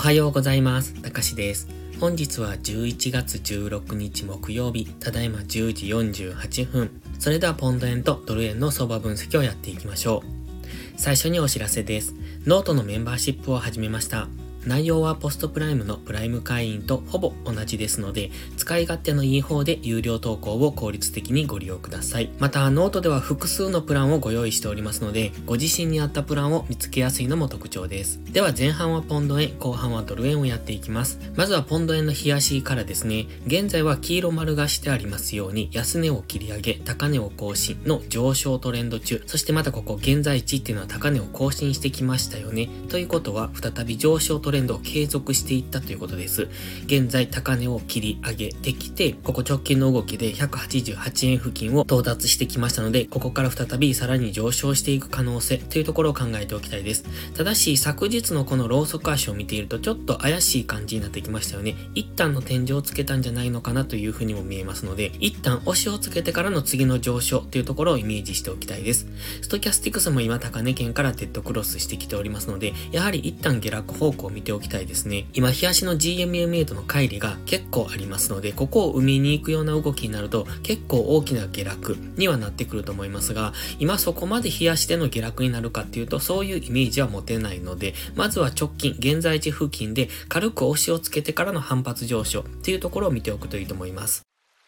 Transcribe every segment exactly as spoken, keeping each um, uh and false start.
はようございます。たかしです。本日はじゅういちがつじゅうろくにち木曜日、ただいまじゅうじよんじゅうはっぷん。それではポンド円とドル円の相場分析をやっていきましょう。最初にお知らせです。ノートのメンバーシップを始めました。内容はポストプライムのプライム会員とほぼ同じですので、使い勝手のいい方で有料投稿を効率的にご利用ください。また、ノートでは複数のプランをご用意しておりますので、ご自身に合ったプランを見つけやすいのも特徴です。では前半はポンド円、後半はドル円をやっていきます。まずはポンド円の冷やしからですね。現在は黄色丸がしてありますように、安値を切り上げ、高値を更新の上昇トレンド中。そしてまたここ現在地っていうのは高値を更新してきましたよね。ということは、再び上昇トレンドを継続していったということです。現在高値を切り上げてきて、ここ直近の動きでひゃくはちじゅうはちえん付近を到達してきましたので、ここから再びさらに上昇していく可能性というところを考えておきたいです。ただし、昨日のこのローソク足を見ているとちょっと怪しい感じになってきましたよね。一旦の天井をつけたんじゃないのかなというふうにも見えますので、一旦押しをつけてからの次の上昇というところをイメージしておきたいです。ストキャスティクスも今高値圏からデッドクロスしてきておりますので、やはり一旦下落方向を見ておきたいですね。今、日足の ジーエムエムエー との乖離が結構ありますので、ここを埋めに行くような動きになると結構大きな下落にはなってくると思いますが、今そこまで日足での下落になるかっていうと、そういうイメージは持てないので、まずは直近、現在地付近で軽く押しをつけてからの反発上昇っていうところを見ておくといいと思います。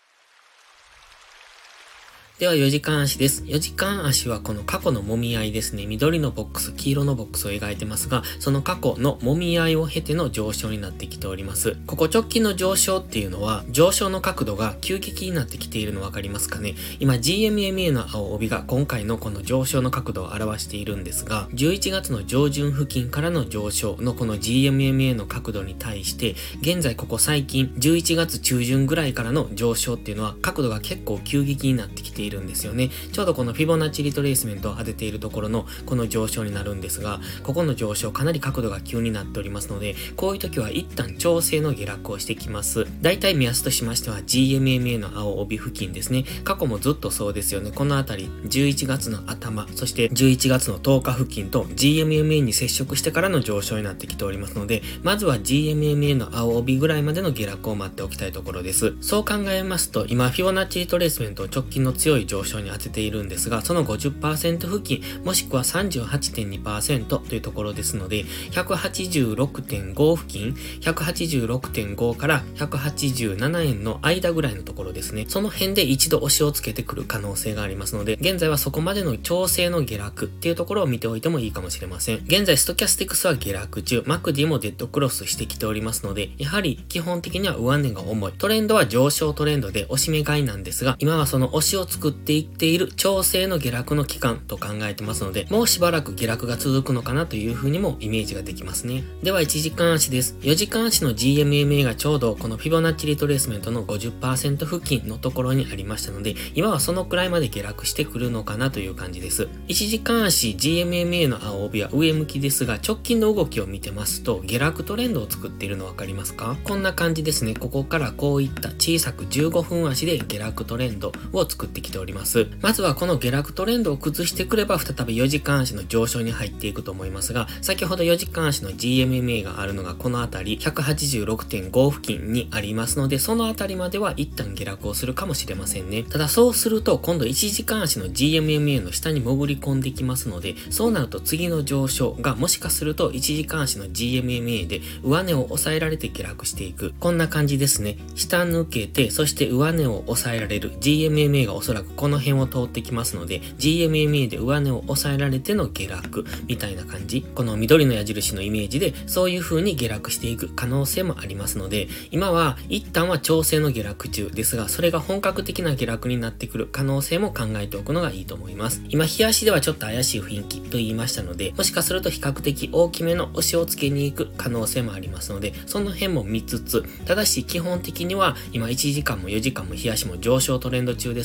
ではよじかん足です。よじかん足はこの過去の揉み合いですね。緑のボックス、黄色のボックスを描いてますが、その過去の揉み合いを経ての上昇になってきております。ここ直近の上昇っていうのは、上昇の角度が急激になってきているの分かりますかね。今 ジーエムエムエー の青帯が今回のこの上昇の角度を表しているんですが、じゅういちがつの上旬付近からの上昇のこの ジーエムエムエー の角度に対して、現在ここ最近じゅういちがつ中旬ぐらいからの上昇っていうのは角度が結構急激になってきているいるんですよね。ちょうどこのフィボナッチリトレースメントを当てているところのこの上昇になるんですが、ここの上昇かなり角度が急になっておりますので、こういう時は一旦調整の下落をしてきます。だいたい目安としましては ジーエムエムエー の青帯付近ですね。過去もずっとそうですよね。このあたりじゅういちがつの頭、そしてじゅういちがつのとおか付近と ジーエムエムエー に接触してからの上昇になってきておりますので、まずは ジーエムエムエー の青帯ぐらいまでの下落を待っておきたいところです。そう考えますと、今フィボナッチリトレースメントを直近の強い上昇に当てているんですが、その ごじゅっパーセント 付近もしくは さんじゅうはちてんにパーセント というところですので、ひゃくはちじゅうろくてんご 付近 ひゃくはちじゅうろくてんご からひゃくはちじゅうななえんの間ぐらいのところですね。その辺で一度押しをつけてくる可能性がありますので、現在はそこまでの調整の下落っていうところを見ておいてもいいかもしれません。現在ストキャスティクスは下落中、マクディもデッドクロスしてきておりますので、やはり基本的には上値が重い。トレンドは上昇トレンドで押し目買いなんですが、今はその押しを作っていっている調整の下落の期間と考えてますので、もうしばらく下落が続くのかなという風にもイメージができますね。ではいちじかん足です。よじかん足の ジーエムエムエー がちょうどこのフィボナッチリトレースメントの ごじゅっパーセント 付近のところにありましたので、今はそのくらいまで下落してくるのかなという感じです。いちじかん足 ジーエムエムエー の青帯は上向きですが、直近の動きを見てますと下落トレンドを作っているの分かりますか？こんな感じですね。ここからこういった小さくじゅうごふん足で下落トレンドを作ってきております。まずはこの下落トレンドを崩してくれば再びよじかん足の上昇に入っていくと思いますが、先ほどよじかん足の ジーエムエムエー があるのがこのあたり ひゃくはちじゅうろくてんご 付近にありますので、そのあたりまでは一旦下落をするかもしれませんね。ただそうすると今度いちじかん足の ジーエムエムエー の下に潜り込んできますので、そうなると次の上昇がもしかするといちじかん足の ジーエムエムエー で上値を抑えられて下落していく。こんな感じですね。下抜けて、そして上値を抑えられる ジーエムエムエー がおそらくこの辺を通ってきますので、ジーエムエムエー で上値を抑えられての下落みたいな感じ。この緑の矢印のイメージでそういう風に下落していく可能性もありますので、今は一旦は調整の下落中ですが、それが本格的な下落になってくる可能性も考えておくのがいいと思います。今日足ではちょっと怪しい雰囲気と言いましたので、もしかすると比較的大きめの押しをつけに行く可能性もありますので、その辺も見つつ、ただし基本的には今いちじかんもよじかんも日足も上昇トレンド中ですので、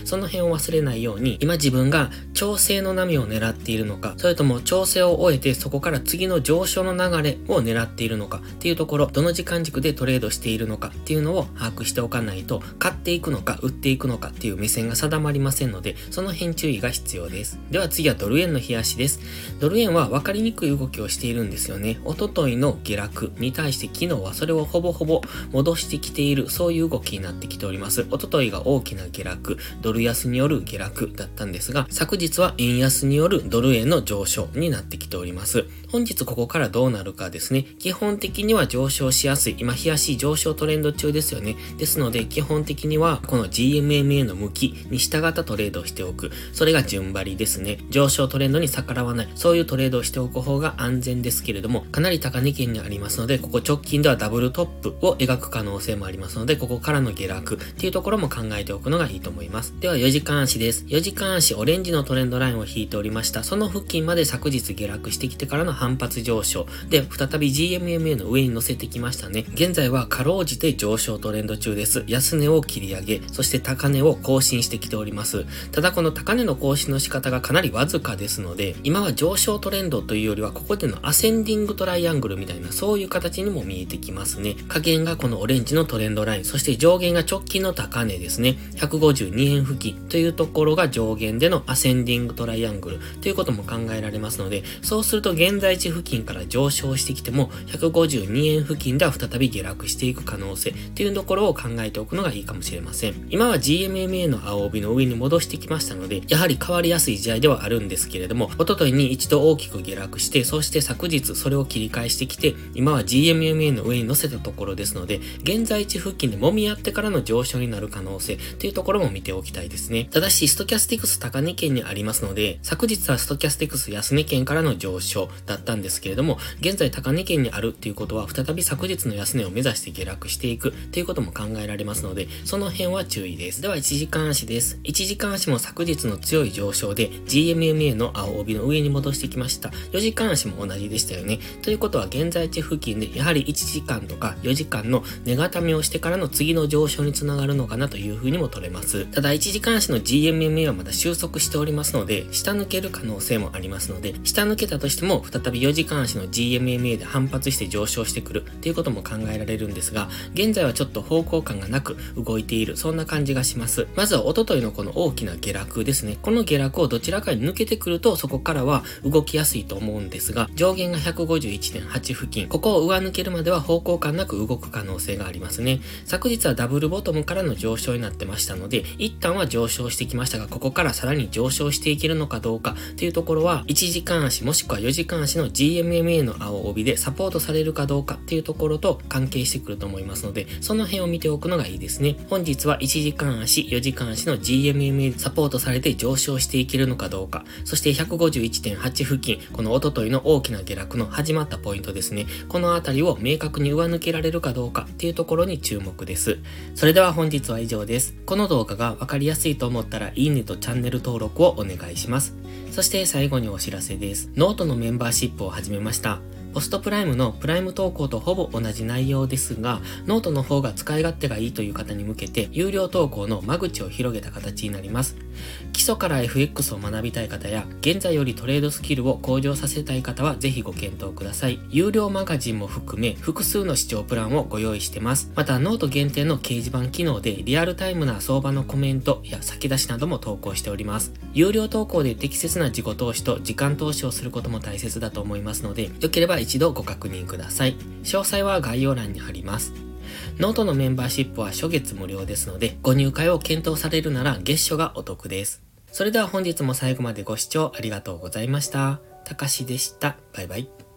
その辺を忘れないように、今自分が調整の波を狙っているのか、それとも調整を終えてそこから次の上昇の流れを狙っているのかっていうところ、どの時間軸でトレードしているのかっていうのを把握しておかないと、買っていくのか売っていくのかっていう目線が定まりませんので、その辺注意が必要です。では次はドル円の冷やしです。ドル円は分かりにくい動きをしているんですよね。おとといの下落に対して昨日はそれをほぼほぼ戻してきている、そういう動きになってきております。おとといが大きな下落、ドル安による下落だったんですが、昨日は円安によるドル円の上昇になってきております。本日ここからどうなるかですね。基本的には上昇しやすい。今、冷やし上昇トレンド中ですよね。ですので、基本的にはこの ジーエムエムエー の向きに従ったトレードをしておく。それが順張りですね。上昇トレンドに逆らわない。そういうトレードをしておく方が安全ですけれども、かなり高値圏にありますので、ここ直近ではダブルトップを描く可能性もありますので、ここからの下落っていうところも考えておくのがいいと思います。ではよじかん足です。よじかん足、オレンジのトレンドラインを引いておりました。その付近まで昨日下落してきてからの反発上昇で、再び ジーエムエムエー の上に乗せてきましたね。現在はかろうじて上昇トレンド中です。安値を切り上げ、そして高値を更新してきております。ただこの高値の更新の仕方がかなりわずかですので、今は上昇トレンドというよりはここでのアセンディングトライアングルみたいな、そういう形にも見えてきますね。下限がこのオレンジのトレンドライン、そして上限が直近の高値ですね。ひゃくごじゅうにえん付近というところが上限でのアセンディングトライアングルということも考えられますので、そうすると現在地付近から上昇してきてもひゃくごじゅうにえん付近では再び下落していく可能性というところを考えておくのがいいかもしれません。今は ジーエムエムエー の青帯の上に戻してきましたので、やはり変わりやすい試合ではあるんですけれども、一昨日に一度大きく下落して、そして昨日それを切り返してきて、今は ジーエムエムエー の上に乗せたところですので、現在地付近で揉み合ってからの上昇になる可能性というところも見ておきたいですね。ただしストキャスティクス高値圏にありますので、昨日はストキャスティクス安値圏からの上昇だったんですけれども、現在高値圏にあるっていうことは再び昨日の安値を目指して下落していくっていうことも考えられますので、その辺は注意です。ではいちじかん足です。いちじかん足も昨日の強い上昇で ジーエムエムエー の青帯の上に戻してきました。よじかん足も同じでしたよね。ということは現在地付近でやはりいちじかんとかよじかんの値固めをしてからの次の上昇につながるのかなというふうにも取れます。ただいちじかん足の ジーエムエムエー はまだ収束しておりますので、下抜ける可能性もありますので、下抜けたとしても再びよじかん足の ジーエムエムエー で反発して上昇してくるっていうことも考えられるんですが、現在はちょっと方向感がなく動いている、そんな感じがします。まずは一昨日のこの大きな下落ですね。この下落をどちらかに抜けてくると、そこからは動きやすいと思うんですが、上限が ひゃくごじゅういってんはち 付近、ここを上抜けるまでは方向感なく動く可能性がありますね。昨日はダブルボトムからの上昇になってましたので、一旦は上昇してきましたが、ここからさらに上昇していけるのかどうかっていうところは、いちじかん足もしくはよじかん足の ジーエムエムエー の青帯でサポートされるかどうかっていうところと関係してくると思いますので、その辺を見ておくのがいいですね。本日はいちじかん足、よじかん足の ジーエムエムエー でサポートされて上昇していけるのかどうか、そして ひゃくごじゅういってんはち 付近、この一昨日の大きな下落の始まったポイントですね。このあたりを明確に上抜けられるかどうかっていうところに注目です。それでは本日は以上です。この動画がわかりやすいと思ったらいいねとチャンネル登録をお願いします。そして最後にお知らせです。ノートのメンバーシップを始めました。ポストプライムのプライム投稿とほぼ同じ内容ですが、ノートの方が使い勝手がいいという方に向けて、有料投稿の間口を広げた形になります。基礎から エフエックス を学びたい方や、現在よりトレードスキルを向上させたい方はぜひご検討ください。有料マガジンも含め、複数の視聴プランをご用意してます。また、ノート限定の掲示板機能で、リアルタイムな相場のコメントや先出しなども投稿しております。有料投稿で適切な自己投資と時間投資をすることも大切だと思いますので、よければ一度ご確認ください。詳細は概要欄に貼ります。ノートのメンバーシップは初月無料ですので、ご入会を検討されるなら月初がお得です。それでは本日も最後までご視聴ありがとうございました。たかしでした。バイバイ。